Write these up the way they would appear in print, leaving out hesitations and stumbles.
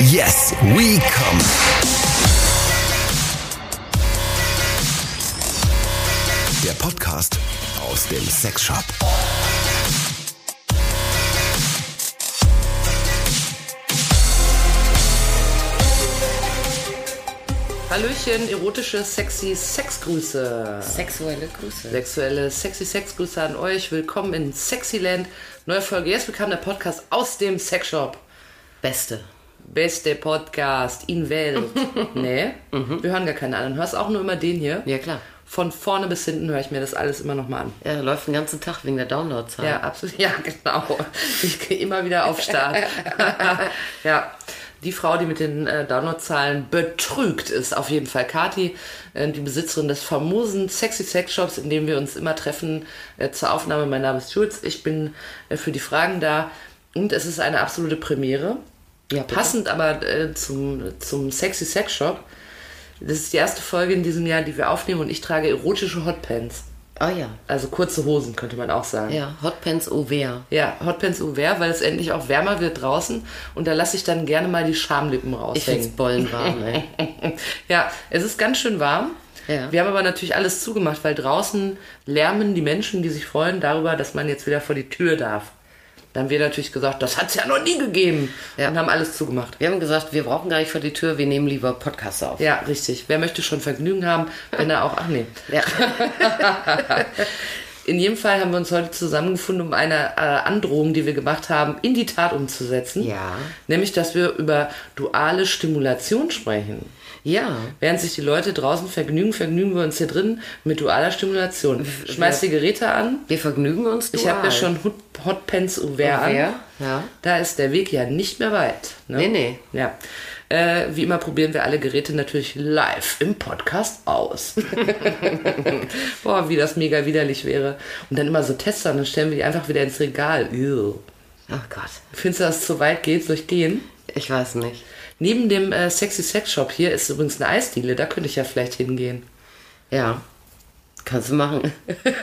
Yes, we come. Der Podcast aus dem Sexshop. Hallöchen, erotische, sexy Sexgrüße. Sexuelle Grüße. Sexuelle, sexy Sexgrüße an euch. Willkommen in Sexyland. Neue Folge. Jetzt bekam der Podcast aus dem Sexshop. Beste Podcast in Welt. Nee, wir hören gar keine anderen. Hörst auch nur immer den hier? Ja, klar. Von vorne bis hinten höre ich mir das alles immer nochmal an. Ja, läuft den ganzen Tag wegen der Downloadzahl. Ja, absolut. Ja, genau. Ich gehe immer wieder auf Start. Ja. Die Frau, die mit den Downloadzahlen betrügt, ist auf jeden Fall Kathi, die Besitzerin des famosen Sexy Sex Shops, in dem wir uns immer treffen zur Aufnahme. Mein Name ist Jules, ich bin für die Fragen da und es ist eine absolute Premiere. Ja, passend aber zum Sexy Sex Shop. Das ist die erste Folge in diesem Jahr, die wir aufnehmen und ich trage erotische Hotpants. Oh ja. Also kurze Hosen, könnte man auch sagen. Ja, Hotpants Auvert. Ja, Hotpants Auvert, weil es endlich auch wärmer wird draußen. Und da lasse ich dann gerne mal die Schamlippen raushängen. Ich find's bollenwarm, ey. Ja, es ist ganz schön warm. Ja. Wir haben aber natürlich alles zugemacht, weil draußen lärmen die Menschen, die sich freuen darüber, dass man jetzt wieder vor die Tür darf. Dann haben wir natürlich gesagt, das hat es ja noch nie gegeben. Ja. Und haben alles zugemacht. Wir haben gesagt, wir brauchen gar nicht vor die Tür, wir nehmen lieber Podcasts auf. Ja, richtig. Wer möchte schon Vergnügen haben, wenn er auch... Ach nee. Ja. In jedem Fall haben wir uns heute zusammengefunden, um eine Androhung, die wir gemacht haben, in die Tat umzusetzen. Ja. Nämlich, dass wir über duale Stimulation sprechen. Ja. Während sich die Leute draußen vergnügen wir uns hier drin mit dualer Stimulation. Schmeiß die Geräte an. Wir vergnügen uns dual. Ich habe ja schon Hotpants Auvert an. Ja. Da ist der Weg ja nicht mehr weit. Ne? Nee. Ja. Wie immer probieren wir alle Geräte natürlich live im Podcast aus. Boah, wie das mega widerlich wäre. Und dann immer so Tester und dann stellen wir die einfach wieder ins Regal. Ew. Oh Gott. Findest du, dass es zu weit geht? Soll ich gehen? Ich weiß nicht. Neben dem Sexy Sex Shop hier ist übrigens eine Eisdiele. Da könnte ich ja vielleicht hingehen. Ja. Kannst du machen.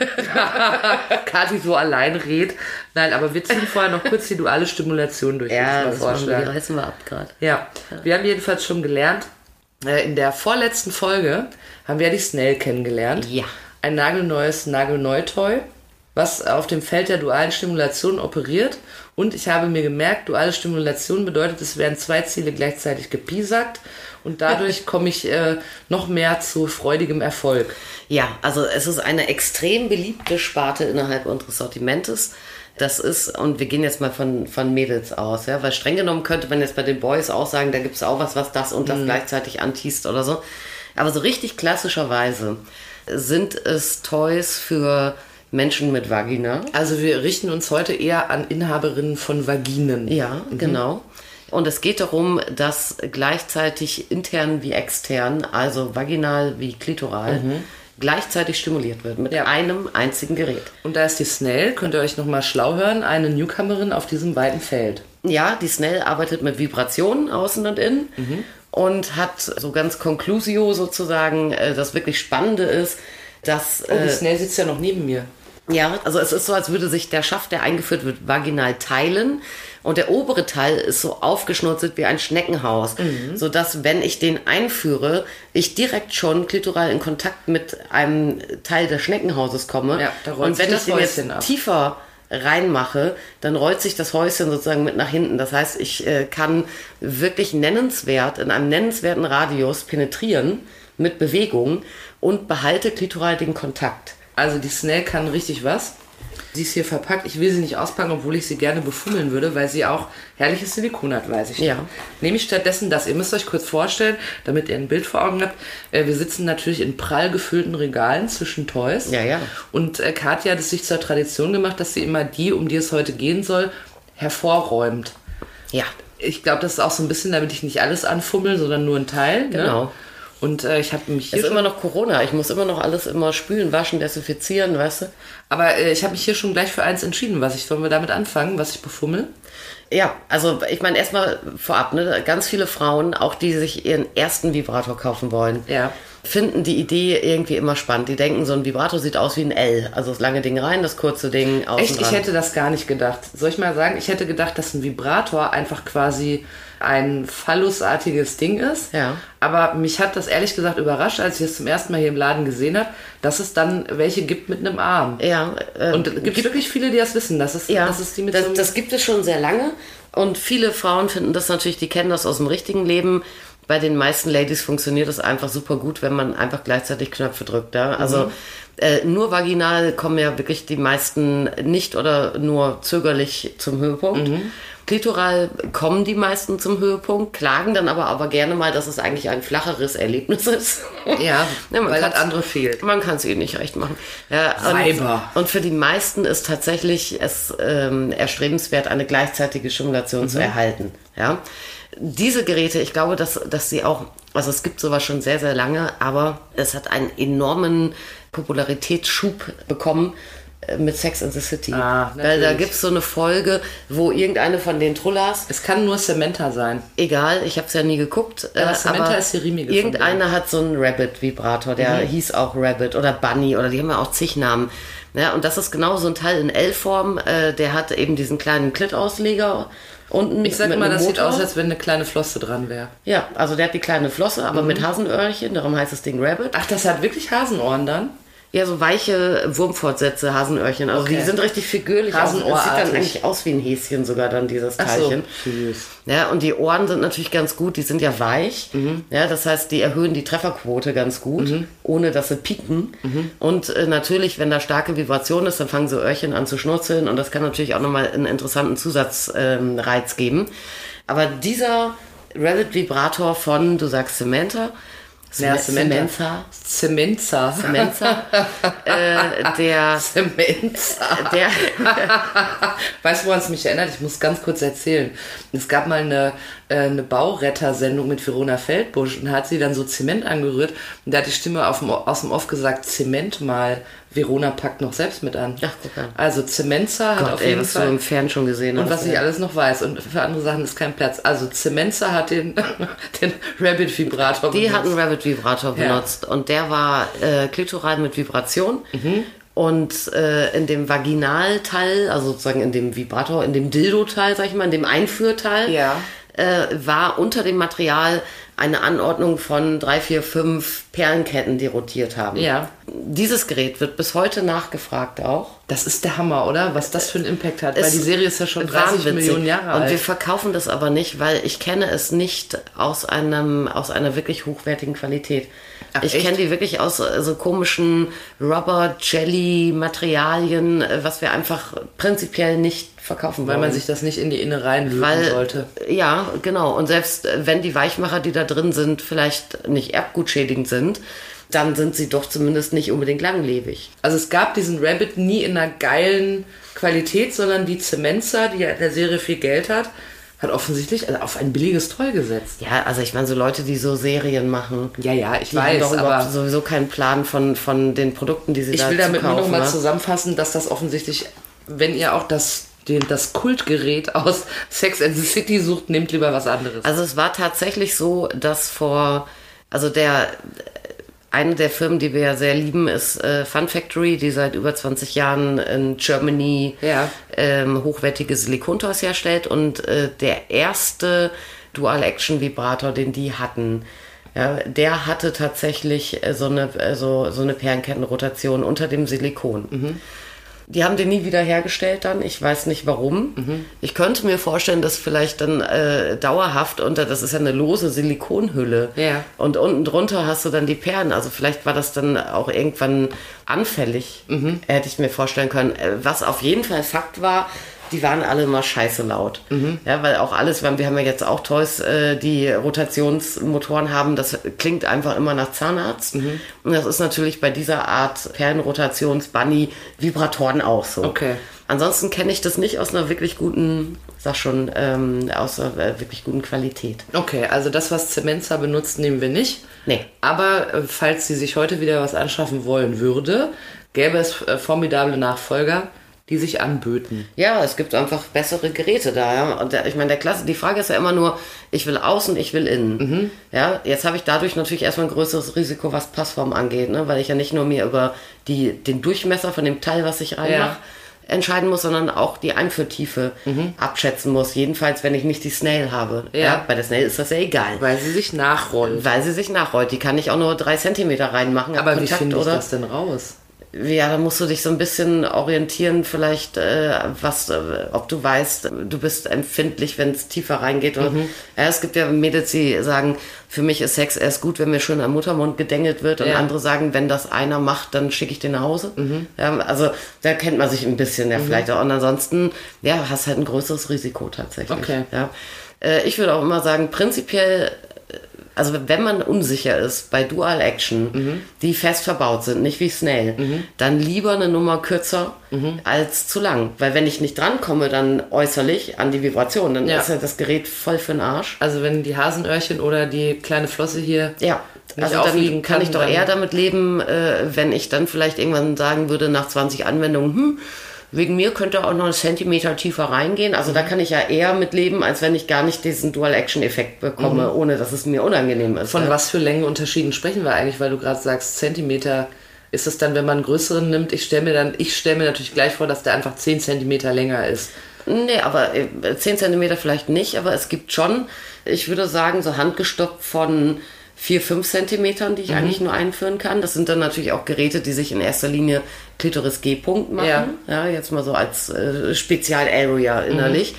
Kathi so allein redet. Nein, aber wir ziehen vorher noch kurz die duale Stimulation durch. Ja, das reißen wir ab gerade. Ja, wir haben jedenfalls schon gelernt, in der vorletzten Folge haben wir ja die Snell kennengelernt. Ja. Ein Nagelneu-Toy, was auf dem Feld der dualen Stimulation operiert. Und ich habe mir gemerkt, duale Stimulation bedeutet, es werden zwei Ziele gleichzeitig gepiesackt. Und dadurch komme ich noch mehr zu freudigem Erfolg. Ja, also es ist eine extrem beliebte Sparte innerhalb unseres Sortimentes. Das ist, und wir gehen jetzt mal von Mädels aus, ja, weil streng genommen könnte man jetzt bei den Boys auch sagen, da gibt es auch was das und das gleichzeitig antießt oder so. Aber so richtig klassischerweise sind es Toys für Menschen mit Vagina. Also wir richten uns heute eher an Inhaberinnen von Vaginen. Ja, genau. Und es geht darum, dass gleichzeitig intern wie extern, also vaginal wie klitoral, gleichzeitig stimuliert wird mit einem einzigen Gerät. Und da ist die Snell, könnt ihr euch nochmal schlau hören, eine Newcomerin auf diesem weiten Feld. Ja, die Snell arbeitet mit Vibrationen außen und innen und hat so ganz conclusio sozusagen, das wirklich Spannende ist, dass... die Snell sitzt ja noch neben mir. Ja, also es ist so, als würde sich der Schaft, der eingeführt wird, vaginal teilen. Und der obere Teil ist so aufgeschnurzelt wie ein Schneckenhaus, sodass, wenn ich den einführe, ich direkt schon klitoral in Kontakt mit einem Teil des Schneckenhauses komme. Ja, da rollt und wenn sich ich das den jetzt Häuschen ab. tiefer reinmache, dann rollt sich das Häuschen sozusagen mit nach hinten. Das heißt, ich kann wirklich in einem nennenswerten Radius penetrieren mit Bewegung und behalte klitoral den Kontakt. Also die Snell kann richtig was. Sie ist hier verpackt. Ich will sie nicht auspacken, obwohl ich sie gerne befummeln würde, weil sie auch herrliches Silikon hat, weiß ich. Ja. Nehme ich stattdessen das. Ihr müsst euch kurz vorstellen, damit ihr ein Bild vor Augen habt. Wir sitzen natürlich in prall gefüllten Regalen zwischen Toys. Ja. Und Kathi hat es sich zur Tradition gemacht, dass sie immer die, um die es heute gehen soll, hervorräumt. Ja. Ich glaube, das ist auch so ein bisschen, damit ich nicht alles anfummel, sondern nur ein Teil. Genau. Ne? Und ich habe mich hier Es ist immer noch Corona. Ich muss immer noch alles spülen, waschen, desinfizieren, weißt du? Aber ich habe mich hier schon gleich für eins entschieden. Wollen wir damit anfangen, was ich befummel? Ja, also ich meine erstmal vorab, ne, ganz viele Frauen, auch die sich ihren ersten Vibrator kaufen wollen, ja, finden die Idee irgendwie immer spannend. Die denken, so ein Vibrator sieht aus wie ein L. Also das lange Ding rein, das kurze Ding außen Echt? Ich hätte das gar nicht gedacht. Soll ich mal sagen, ich hätte gedacht, dass ein Vibrator einfach quasi ein phallusartiges Ding ist. Ja. Aber mich hat das ehrlich gesagt überrascht, als ich es zum ersten Mal hier im Laden gesehen habe, dass es dann welche gibt mit einem Arm. Ja. Und gibt es wirklich viele, die das wissen? Dass es die mit so einem das gibt es schon sehr lange. Und viele Frauen finden das natürlich, die kennen das aus dem richtigen Leben. Bei den meisten Ladies funktioniert das einfach super gut, wenn man einfach gleichzeitig Knöpfe drückt. Ja? Also nur vaginal kommen ja wirklich die meisten nicht oder nur zögerlich zum Höhepunkt. Klitoral kommen die meisten zum Höhepunkt, klagen dann aber gerne mal, dass es eigentlich ein flacheres Erlebnis ist. Ja, weil das andere fehlt. Man kann es ihnen nicht recht machen. Ja, Weiber. Und für die meisten ist tatsächlich es erstrebenswert, eine gleichzeitige Stimulation zu erhalten. Ja. Diese Geräte, ich glaube, dass sie auch, also es gibt sowas schon sehr, sehr lange, aber es hat einen enormen Popularitätsschub bekommen mit Sex and the City. Weil da gibt es so eine Folge, wo irgendeine von den Trullas... Es kann nur Samantha sein. Egal, ich habe es ja nie geguckt. Samantha aber ist die Riemige. Irgendeiner hat so einen Rabbit-Vibrator, der hieß auch Rabbit oder Bunny oder die haben ja auch zig Namen. Ja, und das ist genau so ein Teil in L-Form. Der hat eben diesen kleinen Klittausleger unten. Ich sag mal, das sieht aus, als wenn eine kleine Flosse dran wäre. Ja, also der hat die kleine Flosse, aber mit Hasenöhrchen, darum heißt das Ding Rabbit. Ach, das hat wirklich Hasenohren dann? Ja, so weiche Wurmfortsätze, Hasenöhrchen. Also die sind richtig figürlich. Das sieht dann eigentlich aus wie ein Häschen sogar dann, dieses Teilchen. So, süß. Ja, und die Ohren sind natürlich ganz gut, die sind ja weich. Ja, das heißt, die erhöhen die Trefferquote ganz gut, ohne dass sie pieken. Und natürlich, wenn da starke Vibration ist, dann fangen so Öhrchen an zu schnurzeln und das kann natürlich auch nochmal einen interessanten Zusatzreiz geben. Aber dieser Rabbit-Vibrator von, du sagst Samantha, Cemenza. Der weißt du, woran es mich erinnert? Ich muss ganz kurz erzählen. Es gab mal eine Bauretter-Sendung mit Verona Feldbusch und hat sie dann so Zement angerührt und da hat die Stimme aus dem Off gesagt, Zement mal, Verona packt noch selbst mit an. Ach, guck an. Also Cemenza hat auf jeden was Fall... du im Fern schon gesehen hast. Und was ich alles noch weiß. Und für andere Sachen ist kein Platz. Also Cemenza hat den Rabbit-Vibrator benutzt. Die hat einen Rabbit-Vibrator benutzt und der war klitoral mit Vibration. Und in dem Vaginalteil, also sozusagen in dem Vibrator, in dem Dildo-Teil, sag ich mal, in dem Einführteil, war unter dem Material eine Anordnung von 3, 4, 5 Perlenketten, die rotiert haben. Ja. Dieses Gerät wird bis heute nachgefragt auch. Das ist der Hammer, oder? Was das für einen Impact hat. Weil die Serie ist ja schon 30 Millionen Jahre alt. Und wir verkaufen das aber nicht, weil ich kenne es nicht aus einer wirklich hochwertigen Qualität. Ach, ich kenne die wirklich aus so komischen Rubber-Jelly-Materialien, was wir einfach prinzipiell nicht verkaufen wollen. Weil man sich das nicht in die Innereien lösen sollte. Ja, genau. Und selbst wenn die Weichmacher, die da drin sind, vielleicht nicht erbgutschädigend sind, dann sind sie doch zumindest nicht unbedingt langlebig. Also es gab diesen Rabbit nie in einer geilen Qualität, sondern die Cemenza, die ja in der Serie viel Geld hat offensichtlich auf ein billiges Toy gesetzt. Ja, also ich meine, so Leute, die so Serien machen. Ja, ich die weiß, haben doch aber sowieso keinen Plan von den Produkten, die sie da ich will damit nur noch mal ne? zusammenfassen, dass das offensichtlich, wenn ihr auch das Kultgerät aus Sex and the City sucht, nehmt lieber was anderes. Also es war tatsächlich so, dass eine der Firmen, die wir ja sehr lieben, ist Fun Factory, die seit über 20 Jahren in Germany hochwertige Silikontoys herstellt. Und der erste Dual-Action-Vibrator, den die hatten, der hatte tatsächlich so eine Perlenkettenrotation unter dem Silikon. Die haben den nie wieder hergestellt dann. Ich weiß nicht warum. Ich könnte mir vorstellen, dass vielleicht dann dauerhaft das ist ja eine lose Silikonhülle. Ja. Und unten drunter hast du dann die Perlen. Also vielleicht war das dann auch irgendwann anfällig. Hätte ich mir vorstellen können. Was auf jeden Fall Fakt war, die waren alle immer scheiße laut. Ja, weil auch alles, wir haben ja jetzt auch Toys, die Rotationsmotoren haben, das klingt einfach immer nach Zahnarzt. Und das ist natürlich bei dieser Art Perlenrotations-Bunny-Vibratoren auch so. Okay. Ansonsten kenne ich das nicht aus einer wirklich guten, aus einer wirklich guten Qualität. Okay, also das, was Cemenza benutzt, nehmen wir nicht. Nee. Aber falls sie sich heute wieder was anschaffen wollen würde, gäbe es formidable Nachfolger. die sich anböten. Ja, es gibt einfach bessere Geräte da. Ja? Und ich meine, die Frage ist ja immer nur, ich will außen, ich will innen. Ja, jetzt habe ich dadurch natürlich erstmal ein größeres Risiko, was Passform angeht, ne? Weil ich ja nicht nur mir über den Durchmesser von dem Teil, was ich reinmache, entscheiden muss, sondern auch die Einführtiefe abschätzen muss. Jedenfalls, wenn ich nicht die Snail habe. Ja. Bei der Snail ist das ja egal. Weil sie sich nachrollt. Die kann ich auch nur 3 Zentimeter reinmachen. Aber wie finde ich das denn raus? Ja, da musst du dich so ein bisschen orientieren, vielleicht, ob du weißt, du bist empfindlich, wenn es tiefer reingeht. Oder, es gibt ja Mädels, die sagen, für mich ist Sex erst gut, wenn mir schön am Muttermund gedengelt wird. Und andere sagen, wenn das einer macht, dann schicke ich den nach Hause. Ja, also da kennt man sich ein bisschen vielleicht auch. Und ansonsten, hast halt ein größeres Risiko tatsächlich. Okay. Ja. Ich würde auch immer sagen, prinzipiell, also wenn man unsicher ist bei Dual Action, die fest verbaut sind, nicht wie Snail, dann lieber eine Nummer kürzer als zu lang. Weil wenn ich nicht drankomme, dann äußerlich an die Vibration, dann ist ja das Gerät voll für den Arsch. Also wenn die Hasenöhrchen oder die kleine Flosse hier nicht also dann kann ich doch eher damit leben, wenn ich dann vielleicht irgendwann sagen würde, nach 20 Anwendungen, wegen mir könnte auch noch 1 Zentimeter tiefer reingehen. Also da kann ich ja eher mit leben, als wenn ich gar nicht diesen Dual-Action-Effekt bekomme, ohne dass es mir unangenehm ist. Von was für Längenunterschieden sprechen wir eigentlich? Weil du gerade sagst, Zentimeter. Ist es dann, wenn man einen größeren nimmt? Ich stelle mir natürlich gleich vor, dass der einfach 10 Zentimeter länger ist. Nee, aber 10 Zentimeter vielleicht nicht. Aber es gibt schon, ich würde sagen, so handgestoppt von 4-5 Zentimetern, die ich eigentlich nur einführen kann. Das sind dann natürlich auch Geräte, die sich in erster Linie Klitoris-G-Punkt machen. Ja, jetzt mal so als Spezial-Area innerlich.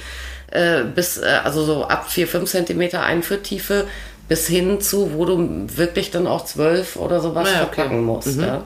Also so ab 4-5 Zentimeter Einführtiefe bis hin zu, wo du wirklich dann auch 12 oder sowas verpacken musst. Ja.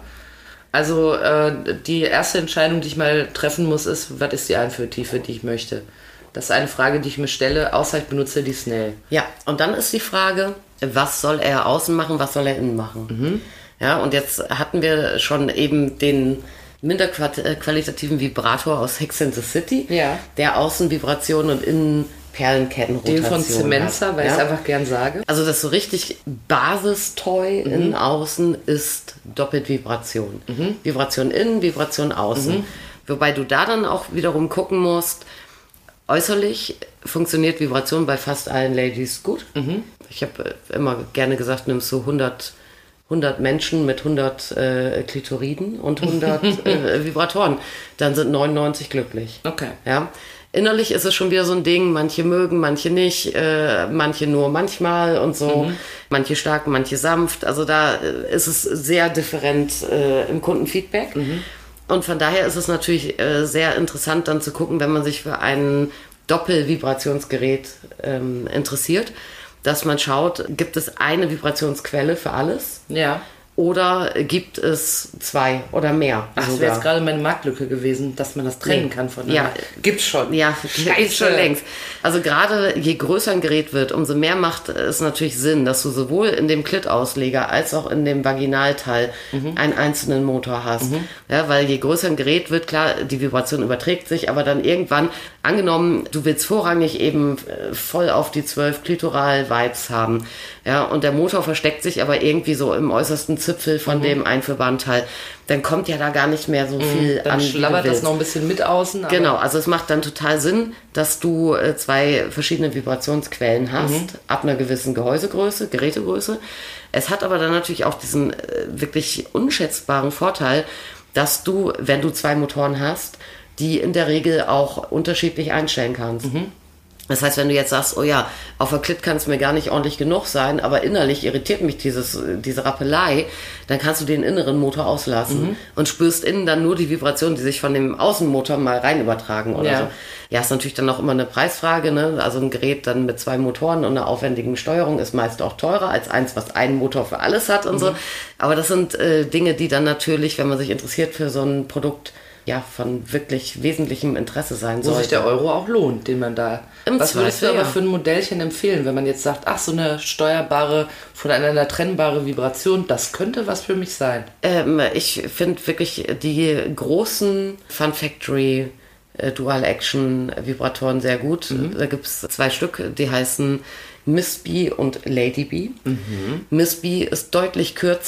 Also die erste Entscheidung, die ich mal treffen muss, ist, was ist die Einführtiefe, die ich möchte? Das ist eine Frage, die ich mir stelle, außer ich benutze die Snail. Ja, und dann ist die Frage, was soll er außen machen, was soll er innen machen? Ja, und jetzt hatten wir schon eben den minder qualitativen Vibrator aus Sex and the City, der außen Vibration und innen Perlenkettenrotation. Den von Cemenza, weil ich es einfach gern sage. Also das so richtig Basistoy innen außen ist doppelt Vibration. Vibration innen, Vibration außen. Wobei du da dann auch wiederum gucken musst, äußerlich funktioniert Vibration bei fast allen Ladies gut. Ich habe immer gerne gesagt, nimmst du 100 Menschen mit 100 Klitoriden und 100 Vibratoren. Dann sind 99 glücklich. Okay. Ja. Innerlich ist es schon wieder so ein Ding, manche mögen, manche nicht, manche nur manchmal und so, manche stark, manche sanft. Also da ist es sehr different im Kundenfeedback. Und von daher ist es natürlich sehr interessant dann zu gucken, wenn man sich für ein Doppelvibrationsgerät interessiert, dass man schaut, gibt es eine Vibrationsquelle für alles? Ja. Oder gibt es 2 oder mehr? Ach, das wäre jetzt gerade meine Marktlücke gewesen, dass man das trennen kann voneinander. Ja, gibt's schon. Ja, gibt's schon längst. Also gerade je größer ein Gerät wird, umso mehr macht es natürlich Sinn, dass du sowohl in dem Klitausleger als auch in dem Vaginalteil einen einzelnen Motor hast. Ja, weil je größer ein Gerät wird, klar, die Vibration überträgt sich, aber dann irgendwann, angenommen, du willst vorrangig eben voll auf die 12 Klitoral-Vibes haben. Ja, und der Motor versteckt sich aber irgendwie so im äußersten Zipfel von dem einführbaren Teil. Dann kommt ja da gar nicht mehr so viel dann an. Dann schlabbert das noch ein bisschen mit außen. Genau, also es macht dann total Sinn, dass du 2 verschiedene Vibrationsquellen hast, ab einer gewissen Gehäusegröße, Gerätegröße. Es hat aber dann natürlich auch diesen wirklich unschätzbaren Vorteil, dass du, wenn du 2 Motoren hast, die in der Regel auch unterschiedlich einstellen kannst. Das heißt, wenn du jetzt sagst, oh ja, auf der Klit kann es mir gar nicht ordentlich genug sein, aber innerlich irritiert mich diese Rappelei, dann kannst du den inneren Motor auslassen und spürst innen dann nur die Vibration, die sich von dem Außenmotor mal rein übertragen oder so. Ja, ist natürlich dann auch immer eine Preisfrage, ne? Also ein Gerät dann mit 2 Motoren und einer aufwendigen Steuerung ist meist auch teurer als eins, was einen Motor für alles hat und so. Aber das sind Dinge, die dann natürlich, wenn man sich interessiert für so ein Produkt, von wirklich wesentlichem Interesse sein sollte. Wo sich der Euro auch lohnt, den man da... Was würdest du aber für ein Modellchen empfehlen, wenn man jetzt sagt, ach, so eine steuerbare, voneinander trennbare Vibration, das könnte was für mich sein? Ich finde wirklich die großen Fun Factory Dual Action Vibratoren sehr gut. Da gibt es 2 Stück, die heißen Miss B und Lady B. Miss B ist deutlich kürzer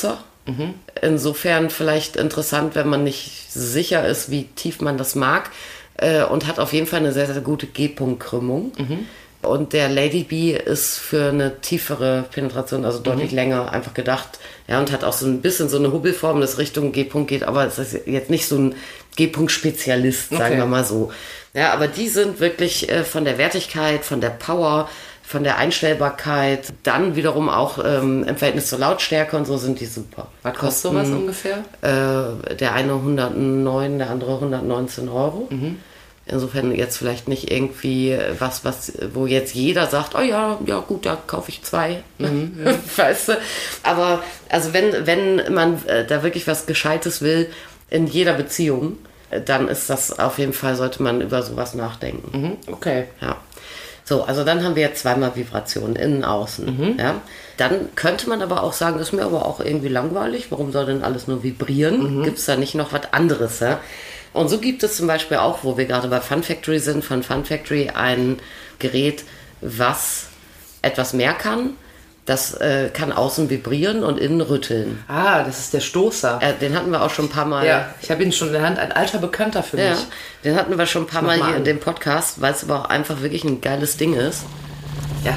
Insofern vielleicht interessant, wenn man nicht sicher ist, wie tief man das mag. Und hat auf jeden Fall eine sehr, sehr gute G-Punkt-Krümmung. Und der Lady B ist für eine tiefere Penetration, also deutlich länger einfach gedacht. Ja, und hat auch so ein bisschen so eine Hubbelform, das Richtung G-Punkt geht, aber es ist jetzt nicht so ein G-Punkt-Spezialist, sagen wir mal so. Ja, aber die sind wirklich von der Wertigkeit, von der Power, von der Einstellbarkeit, dann wiederum auch im Verhältnis zur Lautstärke und so sind die super. Was kostet sowas ungefähr? Der eine 109, der andere 119 Euro. Insofern jetzt vielleicht nicht irgendwie was, wo jetzt jeder sagt, oh ja, gut, da kaufe ich 2. Weißt du? Aber also wenn man da wirklich was Gescheites will, in jeder Beziehung, dann ist das auf jeden Fall, sollte man über sowas nachdenken. Okay. Ja. So, also dann haben wir jetzt zweimal Vibrationen, innen, außen. Ja? Dann könnte man aber auch sagen, das ist mir aber auch irgendwie langweilig. Warum soll denn alles nur vibrieren? Gibt es da nicht noch was anderes? Ja? Und so gibt es zum Beispiel auch, wo wir gerade bei Fun Factory sind, von Fun Factory ein Gerät, was etwas mehr kann. Das kann außen vibrieren und innen rütteln. Ah, das ist der Stoßer. Den hatten wir auch schon ein paar Mal. Ja, ich habe ihn schon in der Hand, ein alter Bekannter für mich. Den hatten wir schon ein paar Mal hier in dem Podcast, weil es aber auch einfach wirklich ein geiles Ding ist. Ja.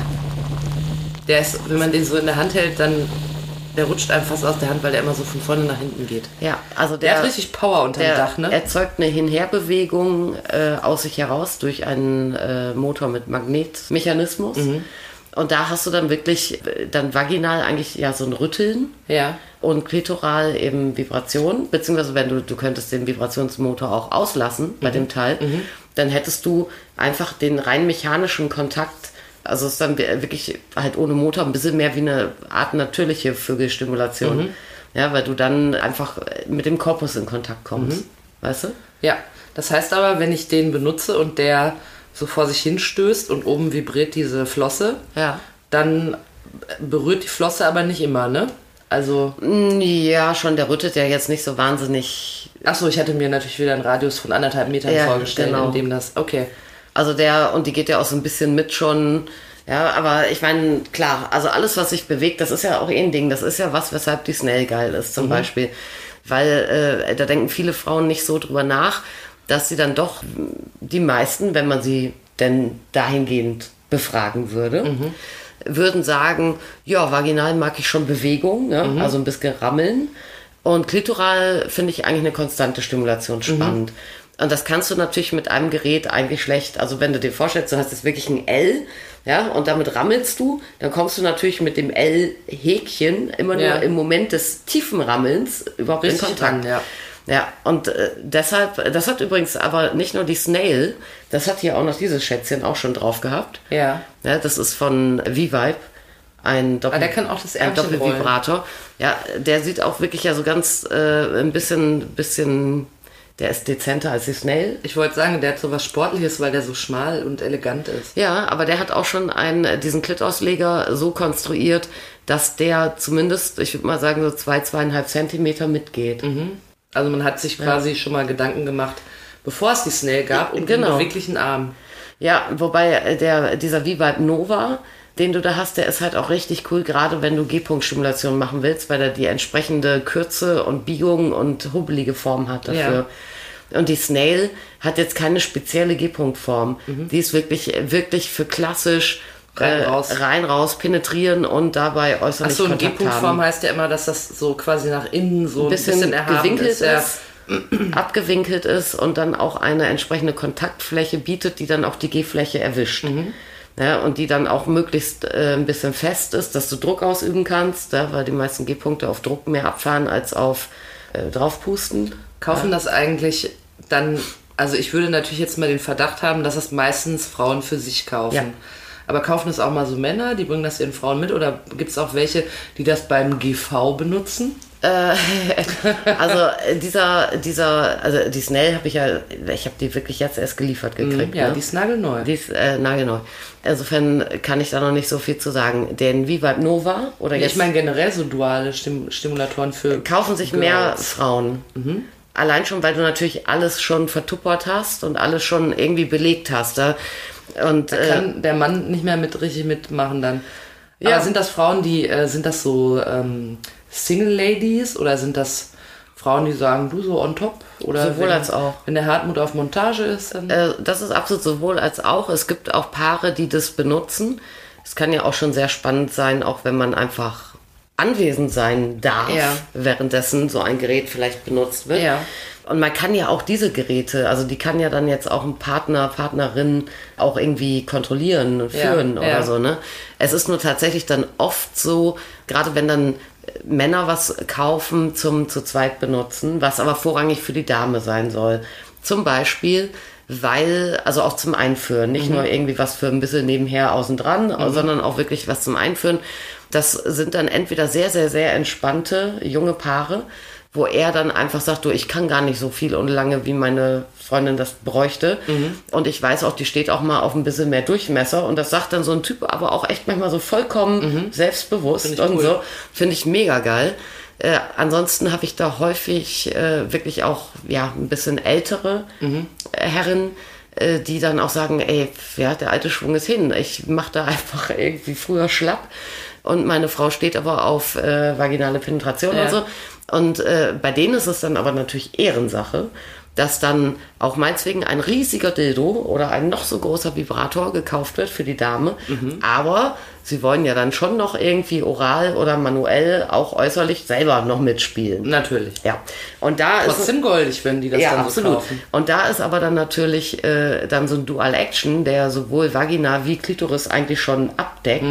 Der ist, wenn man den so in der Hand hält, dann der rutscht einem fast aus der Hand, weil der immer so von vorne nach hinten geht. Ja, also der hat richtig Power unter dem Dach, ne? Erzeugt eine Hinherbewegung aus sich heraus durch einen Motor mit Magnetmechanismus. Und da hast du dann wirklich dann vaginal eigentlich ja so ein Rütteln. Ja. Und klitoral eben Vibration, beziehungsweise wenn du könntest den Vibrationsmotor auch auslassen bei dem Teil, dann hättest du einfach den rein mechanischen Kontakt. Also es ist dann wirklich halt ohne Motor ein bisschen mehr wie eine Art natürliche Vögelstimulation. Ja, weil du dann einfach mit dem Korpus in Kontakt kommst. Weißt du? Ja, das heißt aber, wenn ich den benutze und der so vor sich hinstößt und oben vibriert diese Flosse, dann berührt die Flosse aber nicht immer, ne? Also... Ja, schon, der rüttet ja jetzt nicht so wahnsinnig... Achso, ich hatte mir natürlich wieder einen Radius von 1,5 Metern vorgestellt, in dem das... Okay. Also und die geht ja auch so ein bisschen mit schon, ja, aber ich meine, klar, also alles, was sich bewegt, das ist ja auch ein Ding, das ist ja was, weshalb die Snell geil ist zum Beispiel, weil da denken viele Frauen nicht so drüber nach, dass sie dann doch die meisten, wenn man sie denn dahingehend befragen würde, würden sagen, ja, vaginal mag ich schon Bewegung, ne? Also ein bisschen rammeln und klitoral finde ich eigentlich eine konstante Stimulation spannend. Und das kannst du natürlich mit einem Gerät eigentlich schlecht. Also wenn du dir vorstellst, du hast jetzt wirklich ein L, ja, und damit rammelst du, dann kommst du natürlich mit dem L-Häkchen immer nur im Moment des tiefen Rammelns überhaupt in Kontakt. Ja, und deshalb, das hat übrigens aber nicht nur die Snail, das hat hier auch noch dieses Schätzchen auch schon drauf gehabt. Ja, das ist von V-Vibe. Der kann auch das Ärmchen Doppelvibrator. Ja, der sieht auch wirklich ja so ganz ein bisschen der ist dezenter als die Snail. Ich wollte sagen, der hat so was Sportliches, weil der so schmal und elegant ist. Ja, aber der hat auch schon diesen Klitausleger so konstruiert, dass der zumindest, ich würde mal sagen, so 2,5 Zentimeter mitgeht. Also man hat sich quasi schon mal Gedanken gemacht, bevor es die Snail gab, um den beweglichen Arm. Ja, wobei dieser V-Vibe Nova, den du da hast, der ist halt auch richtig cool, gerade wenn du G-Punkt-Stimulation machen willst, weil er die entsprechende Kürze und Biegung und hubbelige Form hat dafür. Ja. Und die Snail hat jetzt keine spezielle G-Punkt-Form. Die ist wirklich für klassisch rein raus penetrieren und dabei äußerlich Kontakt haben. Achso, G-Punkt-Form heißt ja immer, dass das so quasi nach innen so ein bisschen erhaben gewinkelt ist. Abgewinkelt ist und dann auch eine entsprechende Kontaktfläche bietet, die dann auch die G-Fläche erwischt. Ja, und die dann auch möglichst ein bisschen fest ist, dass du Druck ausüben kannst, weil die meisten G-Punkte auf Druck mehr abfahren als auf draufpusten. Kaufen das eigentlich dann, also ich würde natürlich jetzt mal den Verdacht haben, dass das meistens Frauen für sich kaufen. Ja. Aber kaufen das auch mal so Männer, die bringen das ihren Frauen mit, oder gibt es auch welche, die das beim GV benutzen? Also also die Snail habe ich habe die wirklich jetzt erst geliefert gekriegt. Ja, ne? Die ist nagelneu. Die ist nagelneu. Insofern kann ich da noch nicht so viel zu sagen. Den V-Vibe Nova oder jetzt... Ich meine generell so duale Stimulatoren für kaufen sich Girls. mehr Frauen. Allein schon, weil du natürlich alles schon vertuppert hast und alles schon irgendwie belegt hast. Da kann der Mann nicht mehr richtig mitmachen dann. Ja. Aber sind das Frauen, die sind das so Single Ladies oder sind das Frauen, die sagen, du so on top? Oder sowohl als auch. Wenn der Hartmut auf Montage ist, dann... Das ist absolut sowohl als auch. Es gibt auch Paare, die das benutzen. Es kann ja auch schon sehr spannend sein, auch wenn man einfach anwesend sein darf, währenddessen so ein Gerät vielleicht benutzt wird. Ja. Und man kann ja auch diese Geräte, also die kann ja dann jetzt auch ein Partner, Partnerin auch irgendwie kontrollieren und führen oder so, ne? Es ist nur tatsächlich dann oft so, gerade wenn dann Männer was kaufen zum zu zweit benutzen, was aber vorrangig für die Dame sein soll. Zum Beispiel, weil, also auch zum Einführen, nicht nur irgendwie was für ein bisschen nebenher außen dran, sondern auch wirklich was zum Einführen. Das sind dann entweder sehr, sehr, sehr entspannte junge Paare, wo er dann einfach sagt, du, ich kann gar nicht so viel und lange, wie meine Freundin das bräuchte. Und ich weiß auch, die steht auch mal auf ein bisschen mehr Durchmesser. Und das sagt dann so ein Typ aber auch echt manchmal so vollkommen selbstbewusst und cool. So. Finde ich mega geil. Ansonsten habe ich da häufig wirklich auch ein bisschen ältere Herren, die dann auch sagen, ey, der alte Schwung ist hin. Ich mache da einfach irgendwie früher schlapp. Und meine Frau steht aber auf vaginale Penetration und so. Und bei denen ist es dann aber natürlich Ehrensache, dass dann auch meinetwegen ein riesiger Dildo oder ein noch so großer Vibrator gekauft wird für die Dame. Aber sie wollen ja dann schon noch irgendwie oral oder manuell auch äußerlich selber noch mitspielen. Natürlich. Ja. Und da trotzdem goldig, wenn die das dann absolut. So kaufen. Und da ist aber dann natürlich dann so ein Dual Action, der sowohl Vagina wie Klitoris eigentlich schon abdeckt,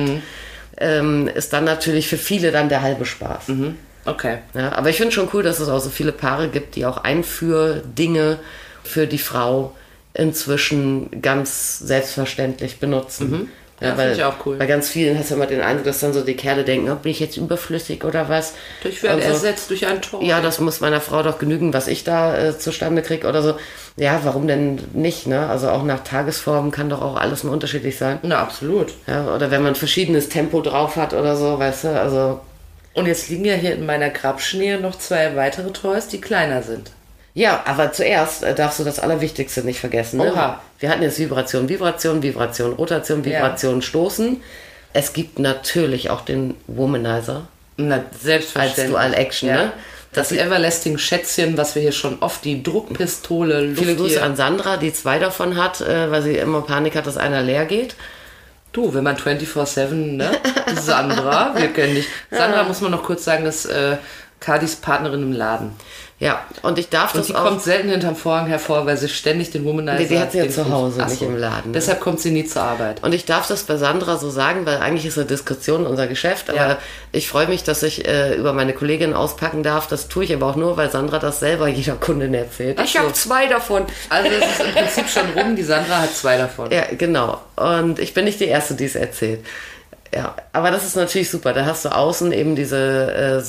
ist dann natürlich für viele dann der halbe Spaß. Okay. Ja, aber ich finde schon cool, dass es auch so viele Paare gibt, die auch Einführdinge für die Frau inzwischen ganz selbstverständlich benutzen. Ja, finde ich auch cool. Bei ganz vielen hast du immer den Eindruck, dass dann so die Kerle denken, bin ich jetzt überflüssig oder was? Ich werde ersetzt durch ein Tor. Ja, das muss meiner Frau doch genügen, was ich da zustande kriege oder so. Ja, warum denn nicht, ne? Also auch nach Tagesform kann doch auch alles mal unterschiedlich sein. Na, absolut. Ja, oder wenn man verschiedenes Tempo drauf hat oder so, weißt du, also... Und jetzt liegen ja hier in meiner Grabschnee noch 2 weitere Toys, die kleiner sind. Ja, aber zuerst darfst du das Allerwichtigste nicht vergessen. Ne? Oha. Wir hatten jetzt Vibration, Rotation, Stoßen. Es gibt natürlich auch den Womanizer. Na, selbstverständlich. Als Dual Action, ne? Das Everlasting Schätzchen, was wir hier schon oft, die Druckpistole, Luft. Viele Grüße an Sandra, die 2 davon hat, weil sie immer Panik hat, dass einer leer geht. Du, wenn man 24/7, ne? Sandra, wir kennen dich. Sandra, muss man noch kurz sagen, ist Kadis Partnerin im Laden. Ja, und ich darf das auch... Und die kommt selten hinterm Vorhang hervor, weil sie ständig den Womanizer... Die hat sie ja zu Hause, nicht im Laden. Ne? Deshalb kommt sie nie zur Arbeit. Und ich darf das bei Sandra so sagen, weil eigentlich ist eine Diskretion unser Geschäft, aber ich freue mich, dass ich über meine Kollegin auspacken darf. Das tue ich aber auch nur, weil Sandra das selber jeder Kundin erzählt. Ich habe 2 davon. Also es ist im Prinzip schon rum, die Sandra hat 2 davon. Ja, genau. Und ich bin nicht die Erste, die es erzählt. Ja, aber das ist natürlich super. Da hast du außen eben diese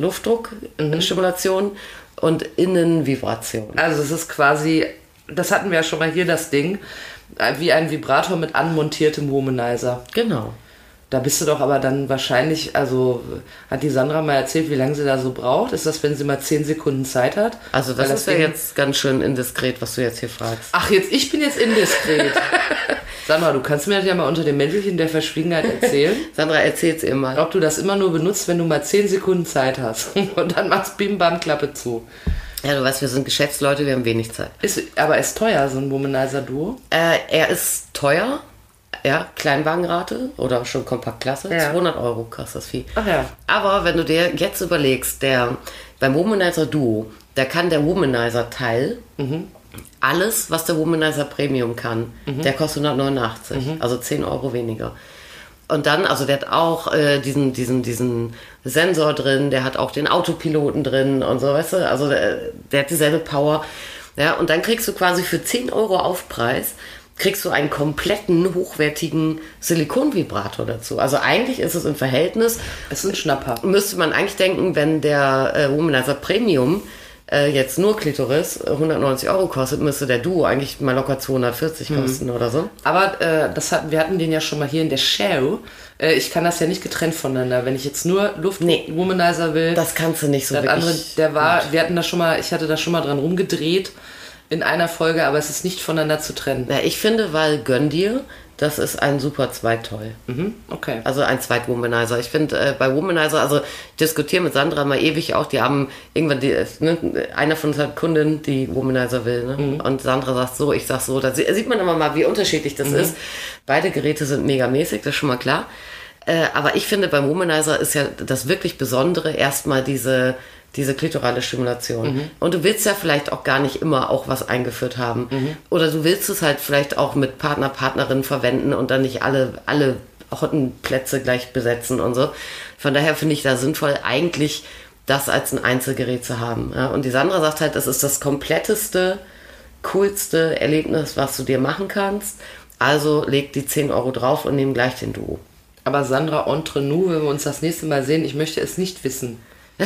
Saug-Luftdruck-Stimulation und innen Vibration. Also es ist quasi, das hatten wir ja schon mal hier, das Ding, wie ein Vibrator mit anmontiertem Womanizer. Genau. Da bist du doch aber dann wahrscheinlich, also hat die Sandra mal erzählt, wie lange sie da so braucht? Ist das, wenn sie mal 10 Sekunden Zeit hat? Also das ist ja jetzt ganz schön indiskret, was du jetzt hier fragst. Ach, ich bin jetzt indiskret. Sandra, du kannst mir das ja mal unter dem Mäntelchen der Verschwiegenheit erzählen. Sandra, erzähl's ihr mal. Ob du das immer nur benutzt, wenn du mal 10 Sekunden Zeit hast. Und dann machst Bim Bam Klappe zu. Ja, du weißt, wir sind Geschäftsleute, wir haben wenig Zeit. Aber ist teuer, so ein Womanizer Duo? Er ist teuer. Ja, Kleinwagenrate oder schon Kompaktklasse. 200 € kostet das Vieh. Ach ja. Aber wenn du dir jetzt überlegst, beim Womanizer Duo, da kann der Womanizer-Teil alles, was der Womanizer Premium kann, der kostet 189, also 10 € weniger. Und dann, also der hat auch diesen Sensor drin, der hat auch den Autopiloten drin und so, weißt du, also der hat dieselbe Power. Ja, und dann kriegst du quasi für 10 € Aufpreis, kriegst du einen kompletten, hochwertigen Silikonvibrator dazu. Also eigentlich ist es im Verhältnis... Es ist ein Schnapper. Müsste man eigentlich denken, wenn der Womanizer Premium jetzt nur Klitoris 190 € kostet, müsste der Duo eigentlich mal locker 240 kosten oder so. Aber wir hatten den ja schon mal hier in der Show. Ich kann das ja nicht getrennt voneinander. Wenn ich jetzt nur Luft-Womanizer will... Das kannst du nicht so wirklich. Andere, ich hatte da schon mal dran rumgedreht in einer Folge, aber es ist nicht voneinander zu trennen. Ja, ich finde, weil gönn dir, Das ist ein super Zweittoy. Okay. Also ein Zweit-Womanizer. Ich finde bei Womanizer, also ich diskutiere mit Sandra mal ewig auch, die haben irgendwann, einer von uns hat Kundin, die Womanizer will. Ne? Und Sandra sagt so, ich sag so. Da sieht man immer mal, wie unterschiedlich das ist. Beide Geräte sind megamäßig, das ist schon mal klar. Aber ich finde, beim Womanizer ist ja das wirklich Besondere erstmal diese klitorale Stimulation. Und du willst ja vielleicht auch gar nicht immer auch was eingeführt haben. Oder du willst es halt vielleicht auch mit Partner, Partnerin verwenden und dann nicht alle Hottenplätze gleich besetzen und so. Von daher finde ich da sinnvoll, eigentlich das als ein Einzelgerät zu haben. Ja? Und die Sandra sagt halt, das ist das kompletteste, coolste Erlebnis, was du dir machen kannst. Also leg die 10 Euro drauf und nimm gleich den Duo. Aber Sandra, entre nous, wenn wir uns das nächste Mal sehen, ich möchte es nicht wissen.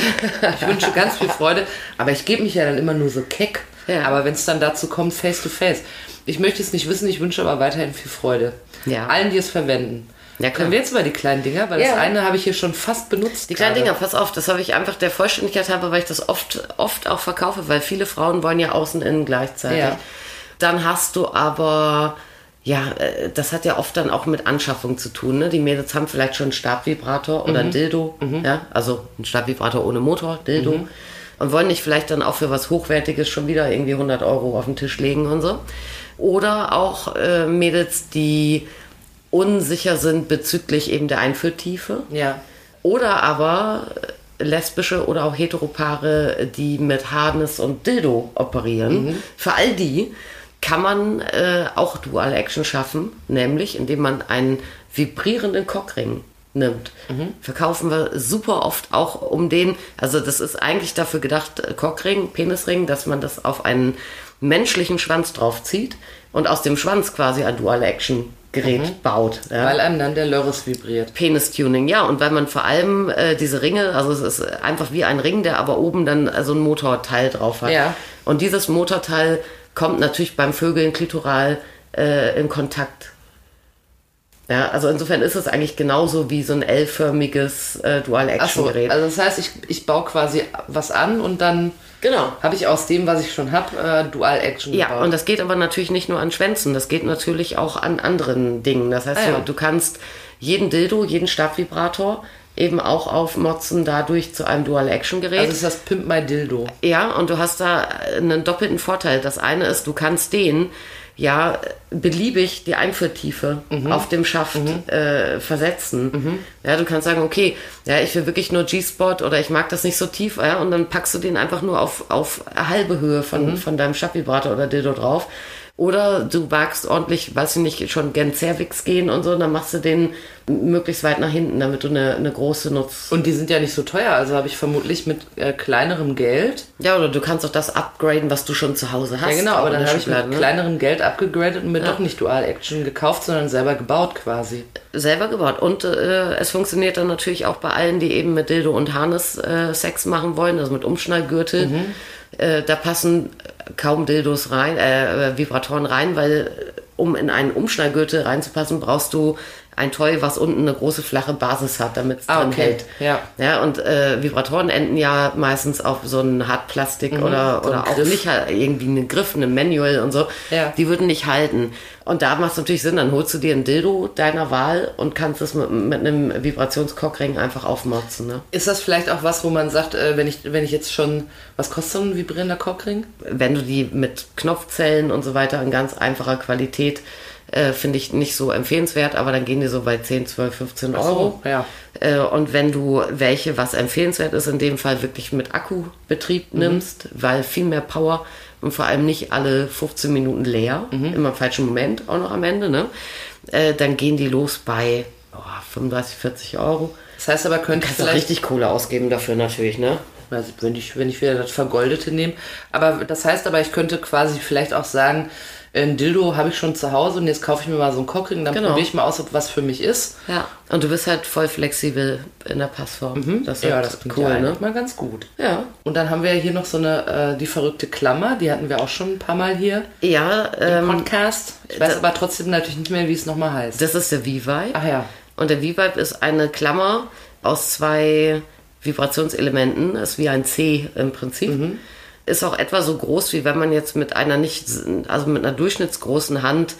Ich wünsche ganz viel Freude, aber ich gebe mich ja dann immer nur so keck. Ja. Aber wenn es dann dazu kommt, face to face. Ich möchte es nicht wissen, ich wünsche aber weiterhin viel Freude. Ja. Allen, die es verwenden. Ja, können wir jetzt über die kleinen Dinger, weil das eine habe ich hier schon fast benutzt. Die kleinen Dinger, pass auf, das habe ich einfach der Vollständigkeit halber, weil ich das oft auch verkaufe, weil viele Frauen wollen ja außen innen gleichzeitig. Ja. Dann hast du aber... Ja, das hat ja oft dann auch mit Anschaffung zu tun. Ne? Die Mädels haben vielleicht schon einen Stabvibrator oder ein Dildo. Ja? Also ein Stabvibrator ohne Motor, Dildo. Und wollen nicht vielleicht dann auch für was Hochwertiges schon wieder irgendwie 100 Euro auf den Tisch legen und so. Oder auch Mädels, die unsicher sind bezüglich eben der Einführtiefe. Ja. Oder aber lesbische oder auch Heteropaare, die mit Harness und Dildo operieren. Für all die kann man auch Dual Action schaffen, nämlich indem man einen vibrierenden Cockring nimmt. Verkaufen wir super oft auch um den, also das ist eigentlich dafür gedacht, Cockring, Penisring, dass man das auf einen menschlichen Schwanz draufzieht und aus dem Schwanz quasi ein Dual Action Gerät baut. Ja. Weil einem dann der Lörres vibriert. Penis-Tuning, ja. Und weil man vor allem diese Ringe, also es ist einfach wie ein Ring, der aber oben dann so ein Motorteil drauf hat. Ja. Und dieses Motorteil kommt natürlich beim Vögeln klitoral in Kontakt. Ja, also insofern ist es eigentlich genauso wie so ein L-förmiges Dual-Action-Gerät. Also das heißt, ich baue quasi was an und dann habe ich aus dem, was ich schon habe, Dual-Action gebaut. Ja, und das geht aber natürlich nicht nur an Schwänzen, das geht natürlich auch an anderen Dingen. Das heißt, du kannst jeden Dildo, jeden Stabvibrator eben auch aufmotzen dadurch zu einem Dual-Action-Gerät. Also ist das Pimp My Dildo. Ja, und du hast da einen doppelten Vorteil. Das eine ist, du kannst den beliebig die Einführtiefe auf dem Schaft versetzen. Ja, du kannst sagen, okay, ja, ich will wirklich nur G-Spot oder ich mag das nicht so tief, ja, und dann packst du den einfach nur auf halbe Höhe von deinem Stabvibrator oder Dildo drauf. Oder du wagst ordentlich, weiß ich nicht, schon gern Cervix gehen und so, dann machst du den möglichst weit nach hinten, damit du eine große nutzt. Und die sind ja nicht so teuer, also habe ich vermutlich mit kleinerem Geld. Ja, oder du kannst auch das upgraden, was du schon zu Hause hast. Ja, genau, aber dann habe ich mit kleinerem Geld abgegradet und mir doch nicht Dual Action gekauft, sondern selber gebaut quasi. Selber gebaut. Und es funktioniert dann natürlich auch bei allen, die eben mit Dildo und Harness Sex machen wollen, also mit Umschnallgürtel. Da passen kaum Dildos rein, Vibratoren rein, weil um in einen Umschnallgürtel reinzupassen, brauchst du ein Toy, was unten eine große flache Basis hat, damit es drin hält. Ja, und Vibratoren enden ja meistens auf so ein Hartplastik oder auch nicht irgendwie einen Griff, einen Manual und so. Ja. Die würden nicht halten. Und da macht es natürlich Sinn, dann holst du dir ein Dildo deiner Wahl und kannst es mit einem Vibrationskockring einfach aufmotzen. Ne? Ist das vielleicht auch was, wo man sagt, wenn ich jetzt schon, was kostet so ein vibrierender Cockring? Wenn du die mit Knopfzellen und so weiter in ganz einfacher Qualität finde ich nicht so empfehlenswert, aber dann gehen die so bei 10, 12, 15 Euro. So, ja. Und wenn du was empfehlenswert ist, in dem Fall wirklich mit Akkubetrieb nimmst, weil viel mehr Power und vor allem nicht alle 15 Minuten leer, immer im falschen Moment auch noch am Ende, ne? Dann gehen die los bei 35, 40 Euro. Das heißt aber, kannst du richtig Kohle ausgeben dafür natürlich, ne? Also wenn ich wieder das Vergoldete nehme. Aber das heißt aber, ich könnte quasi vielleicht auch sagen, ein Dildo habe ich schon zu Hause und jetzt kaufe ich mir mal so einen Cockring, dann probiere ich mal aus, ob was für mich ist. Ja, und du bist halt voll flexibel in der Passform. Das klingt cool, ne? Mal ganz gut. Ja. Und dann haben wir hier noch so eine, die verrückte Klammer, die hatten wir auch schon ein paar Mal hier im Podcast. Ich weiß aber trotzdem natürlich nicht mehr, wie es nochmal heißt. Das ist der V-Vibe. Ach ja. Und der V-Vibe ist eine Klammer aus 2 Vibrationselementen, ist wie ein C im Prinzip. Ist auch etwa so groß, wie wenn man jetzt mit einer durchschnittsgroßen Hand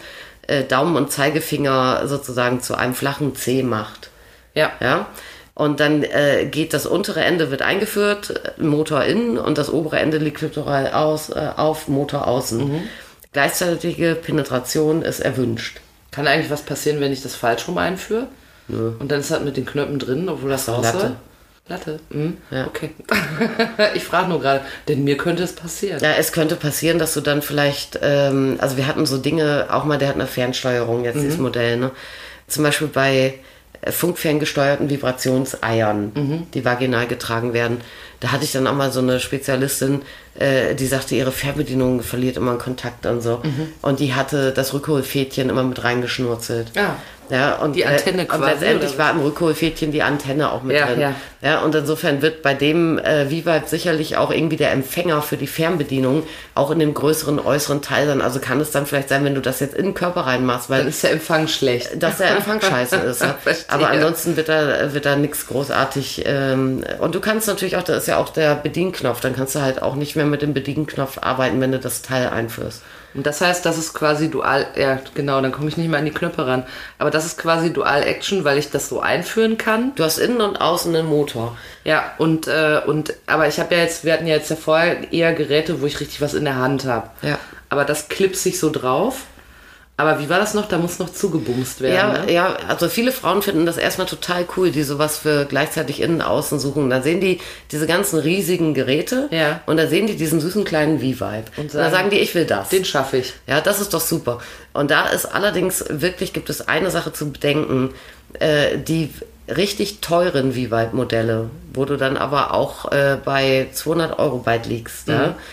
Daumen und Zeigefinger sozusagen zu einem flachen C macht. Ja. Und dann geht das untere Ende, wird eingeführt, Motor innen, und das obere Ende liegt klitoral auf, Motor außen. Gleichzeitige Penetration ist erwünscht. Kann eigentlich was passieren, wenn ich das falsch rum einführe? Nö. Und dann ist das mit den Knöpfen drin, obwohl das raus soll? Latte. Ja. Okay. Ich frage nur gerade, denn mir könnte es passieren. Ja, es könnte passieren, dass du dann vielleicht, also wir hatten so Dinge, auch mal, der hat eine Fernsteuerung, jetzt dieses Modell, ne? Zum Beispiel bei funkferngesteuerten Vibrationseiern, die vaginal getragen werden. Da hatte ich dann auch mal so eine Spezialistin, die sagte, ihre Fernbedienung verliert immer einen Kontakt und so. Und die hatte das Rückholfädchen immer mit reingeschnurzelt. Ja, und die Antenne quasi. Und letztendlich war im Rückholfädchen die Antenne auch mit drin. Ja, und insofern wird bei dem Vivibe sicherlich auch irgendwie der Empfänger für die Fernbedienung auch in dem größeren äußeren Teil sein. Also kann es dann vielleicht sein, wenn du das jetzt in den Körper reinmachst, weil dann ist der Empfang schlecht. Dass der Empfang scheiße ist. Ja? Aber ansonsten wird da nichts großartig. Und du kannst natürlich auch, da ist ja auch der Bedienknopf, dann kannst du halt auch nicht mehr mit dem Bedienknopf arbeiten, wenn du das Teil einführst. Und das heißt, das ist quasi Dual, ja genau, dann komme ich nicht mehr an die Knöpfe ran. Aber das ist quasi Dual Action, weil ich das so einführen kann. Du hast innen und außen einen Motor. Ja, aber ich habe ja jetzt, wir hatten ja jetzt ja vorher eher Geräte, wo ich richtig was in der Hand habe. Ja. Aber das klippt sich so drauf. Aber wie war das noch? Da muss noch zugebumst werden. Ja, also viele Frauen finden das erstmal total cool, die sowas für gleichzeitig innen und außen suchen. Da sehen die diese ganzen riesigen Geräte und da sehen die diesen süßen kleinen V-Vibe. Und da sagen die, ich will das. Den schaffe ich. Ja, das ist doch super. Und da ist allerdings wirklich, gibt es eine Sache zu bedenken, die richtig teuren V-Vibe-Modelle, wo du dann aber auch bei 200 € bald liegst,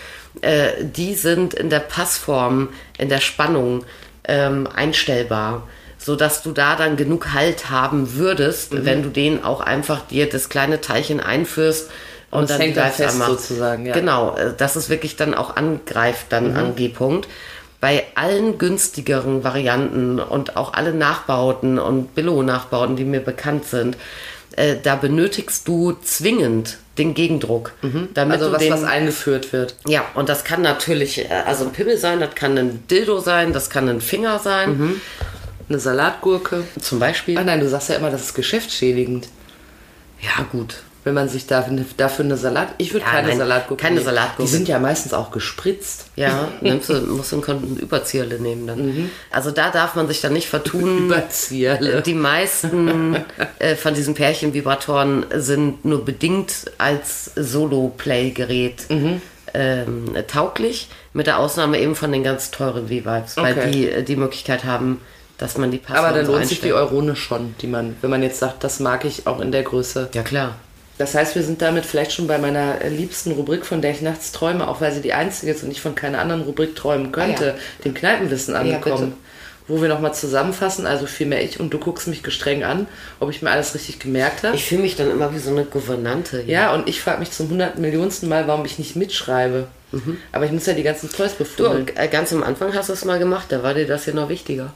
die sind in der Passform, in der Spannung einstellbar, so dass du da dann genug Halt haben würdest, wenn du den auch einfach dir das kleine Teilchen einführst und dann hängt da fest sozusagen. Ja. Genau, dass es wirklich dann auch angreift dann an G-Punkt. Bei allen günstigeren Varianten und auch alle Nachbauten und Billo-Nachbauten, die mir bekannt sind, da benötigst du zwingend den Gegendruck. Damit also was eingeführt wird. Ja, und das kann natürlich also ein Pimmel sein, das kann ein Dildo sein, das kann ein Finger sein. Eine Salatgurke. Zum Beispiel. Ah nein, du sagst ja immer, das ist geschäftsschädigend. Ja, gut. Wenn man sich dafür eine Ich würde keine Salatgurke keine nehmen. Salatgurke. Die sind ja meistens auch gespritzt. Ja, musst du einen Überzierle nehmen dann. Also da darf man sich dann nicht vertun. Überzierle. Die meisten von diesen Pärchenvibratoren sind nur bedingt als Solo-Play-Gerät tauglich, mit der Ausnahme eben von den ganz teuren V-Vibes, weil die Möglichkeit haben, dass man die Passwörter Aber dann lohnt sich die Eurone schon, die man, wenn man jetzt sagt, das mag ich auch in der Größe. Ja, klar. Das heißt, wir sind damit vielleicht schon bei meiner liebsten Rubrik, von der ich nachts träume, auch weil sie die einzige ist und ich von keiner anderen Rubrik träumen könnte, dem Kneipenwissen angekommen. Wo wir nochmal zusammenfassen, also vielmehr ich und du guckst mich gestreng an, ob ich mir alles richtig gemerkt habe. Ich fühle mich dann immer wie so eine Gouvernante. Ja, und ich frage mich zum 100.000. Mal, warum ich nicht mitschreibe. Aber ich muss ja die ganzen Toys befummeln. Du, ganz am Anfang hast du es mal gemacht, da war dir das hier noch wichtiger.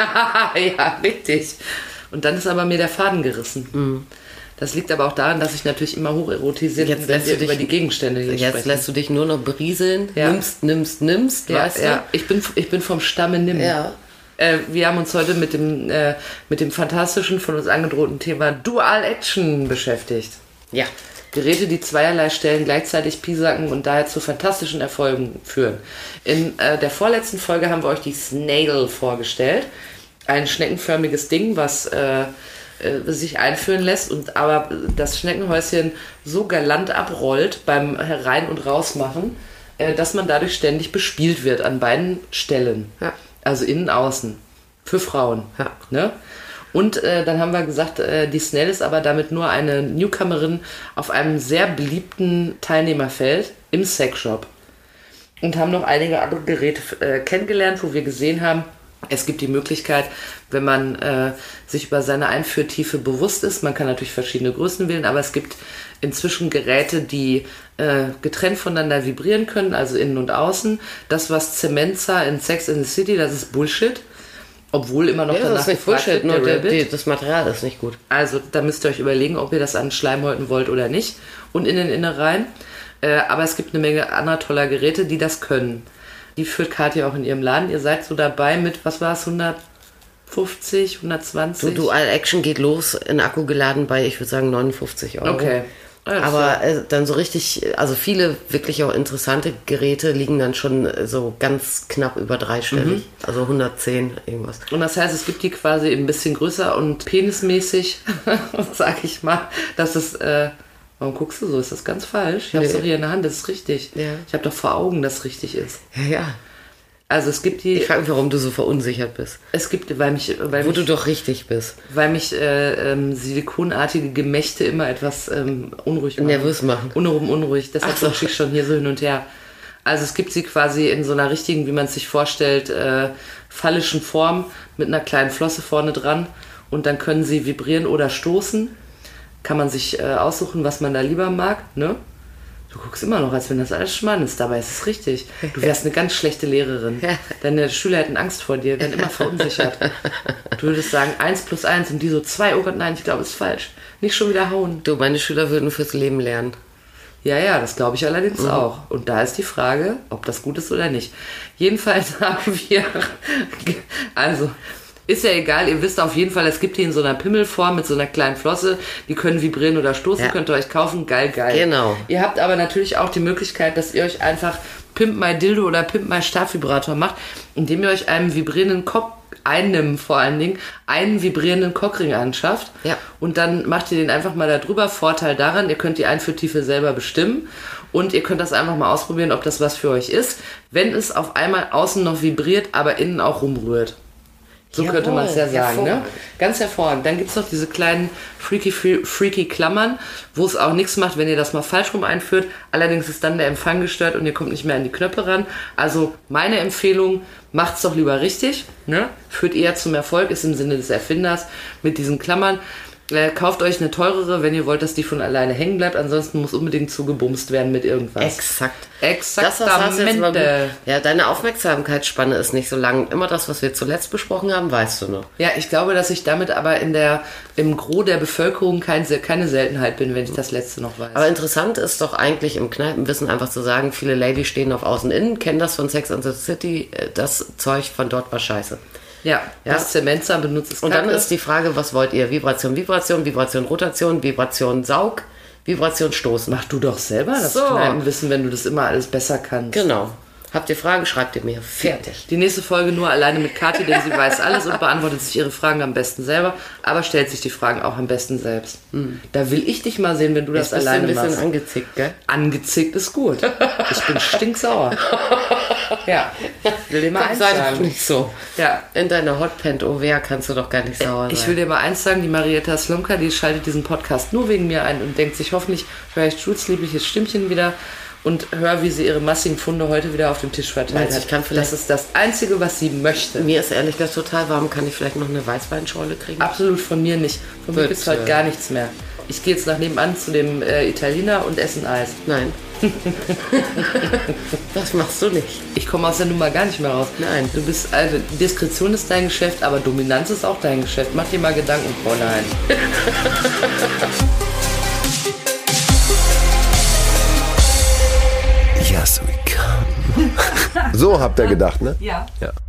Ja, richtig. Und dann ist aber mir der Faden gerissen. Das liegt aber auch daran, dass ich natürlich immer hocherotisiert bin, wenn wir über die Gegenstände hier sprechen. Jetzt lässt du dich nur noch berieseln, nimmst, weißt du? Ja, ich bin vom Stamme nimm. Ja. Wir haben uns heute mit dem fantastischen, von uns angedrohten Thema Dual Action beschäftigt. Ja. Geräte, die zweierlei Stellen gleichzeitig piesacken und daher zu fantastischen Erfolgen führen. In der vorletzten Folge haben wir euch die Snaggle vorgestellt. Ein schneckenförmiges Ding, was sich einführen lässt und aber das Schneckenhäuschen so galant abrollt beim Herein- und Rausmachen, dass man dadurch ständig bespielt wird an beiden Stellen. Ja. Also innen, außen. Für Frauen. Ja. Ne? Und dann haben wir gesagt, die Snell ist aber damit nur eine Newcomerin auf einem sehr beliebten Teilnehmerfeld im Sexshop. Und haben noch einige andere Geräte kennengelernt, wo wir gesehen haben, es gibt die Möglichkeit, wenn man sich über seine Einführtiefe bewusst ist, man kann natürlich verschiedene Größen wählen, aber es gibt inzwischen Geräte, die getrennt voneinander vibrieren können, also innen und außen. Das, was Cemenza in Sex in the City, das ist Bullshit. Obwohl immer noch danach das ist nicht Bullshit, nur das Material ist nicht gut. Also da müsst ihr euch überlegen, ob ihr das an Schleimhäuten wollt oder nicht. Und in den Innereien. Aber es gibt eine Menge anderer toller Geräte, die das können. Die führt Kathi auch in ihrem Laden. Ihr seid so dabei mit, was war es, 150, 120? So Dual Action geht los, in Akku geladen bei, ich würde sagen, 59 €. Okay. Aber dann so richtig, also viele wirklich auch interessante Geräte liegen dann schon so ganz knapp über dreistellig. Also 110 irgendwas. Und das heißt, es gibt die quasi ein bisschen größer und penismäßig, sag ich mal, dass es, warum guckst du so? Ist das ganz falsch? Ich habe es doch hier in der Hand, das ist richtig. Ja. Ich habe doch vor Augen, dass es richtig ist. Ja. Also es gibt die... Ich frage mich, warum du so verunsichert bist. Es gibt, Wo du doch richtig bist. Weil mich silikonartige Gemächte immer etwas unruhig machen. Nervös machen. Unruhig. Deshalb so. rutsche ich schon hier so hin und her. Also es gibt sie quasi in so einer richtigen, wie man es sich vorstellt, phallischen Form mit einer kleinen Flosse vorne dran. Und dann können sie vibrieren oder stoßen. Kann man sich aussuchen, was man da lieber mag, ne? Du guckst immer noch, als wenn das alles Schmarrn ist. Dabei ist es richtig. Du wärst eine ganz schlechte Lehrerin. Deine Schüler hätten Angst vor dir, werden immer verunsichert. Du würdest sagen, 1 plus 1 und die so 2. Oh Gott, nein, ich glaube, es ist falsch. Nicht schon wieder hauen. Du, meine Schüler würden fürs Leben lernen. Ja, das glaube ich allerdings auch. Und da ist die Frage, ob das gut ist oder nicht. Jedenfalls haben wir... Also... Ist ja egal, ihr wisst auf jeden Fall, es gibt die in so einer Pimmelform mit so einer kleinen Flosse, die können vibrieren oder stoßen, könnt ihr euch kaufen, geil. Genau. Ihr habt aber natürlich auch die Möglichkeit, dass ihr euch einfach Pimp My Dildo oder Pimp My Stabvibrator macht, indem ihr euch einen vibrierenden vor allen Dingen, einen vibrierenden Cockring anschafft. Ja. Und dann macht ihr den einfach mal da drüber. Vorteil daran, ihr könnt die Einführtiefe selber bestimmen und ihr könnt das einfach mal ausprobieren, ob das was für euch ist, wenn es auf einmal außen noch vibriert, aber innen auch rumrührt. So könnte man es ja sagen, ne? Ganz hervorragend. Dann gibt es noch diese kleinen freaky Klammern, wo es auch nichts macht, wenn ihr das mal falsch rum einführt. Allerdings ist dann der Empfang gestört und ihr kommt nicht mehr an die Knöpfe ran. Also meine Empfehlung, macht's doch lieber richtig, ne? Führt eher zum Erfolg, ist im Sinne des Erfinders mit diesen Klammern. Kauft euch eine teurere, wenn ihr wollt, dass die von alleine hängen bleibt. Ansonsten muss unbedingt zugebumst werden mit irgendwas. Exakt. Exaktamente. Ja, deine Aufmerksamkeitsspanne ist nicht so lang. Immer das, was wir zuletzt besprochen haben, weißt du noch. Ja, ich glaube, dass ich damit aber im Gros der Bevölkerung keine Seltenheit bin, wenn ich das letzte noch weiß. Aber interessant ist doch eigentlich im Kneipenwissen einfach zu sagen, viele Ladies stehen auf Außen-Innen, kennen das von Sex and the City, das Zeug von dort war scheiße. Ja, das Zemenza benutzt es. Und dann ist die Frage, was wollt ihr? Vibration, Rotation, Vibration, Saug, Vibration, Stoßen. Mach du doch selber das Kneipenwissen, wenn du das immer alles besser kannst. Genau. Habt ihr Fragen, schreibt ihr mir. Fertig. Die nächste Folge nur alleine mit Kathi, denn sie weiß alles und beantwortet sich ihre Fragen am besten selber, aber stellt sich die Fragen auch am besten selbst. Da will ich dich mal sehen, wenn du das alleine machst. Ein bisschen angezickt, gell? Angezickt ist gut. Ich bin stinksauer. Ja, will dir mal eins sei sagen. doch nicht so. Ja. In deiner Hotpant Auvergne kannst du doch gar nicht sauer sein. Ich will dir mal eins sagen, die Marietta Slomka, die schaltet diesen Podcast nur wegen mir ein und denkt sich, hoffentlich höre ich Jules liebliches Stimmchen wieder und höre, wie sie ihre massigen Funde heute wieder auf dem Tisch verteilt hat. Das ist das Einzige, was sie möchte. Mir ist ehrlich gesagt total warm. Kann ich vielleicht noch eine Weißweinschorle kriegen? Absolut von mir nicht. Von mir gibt es heute gar nichts mehr. Ich gehe jetzt nach nebenan zu dem Italiener und esse ein Eis. Nein. Das machst du nicht. Ich komme aus der Nummer gar nicht mehr raus. Nein. Du bist, also Diskretion ist dein Geschäft, aber Dominanz ist auch dein Geschäft. Mach dir mal Gedanken, Fräulein. Yes, we come. So habt ihr gedacht, ne? Ja.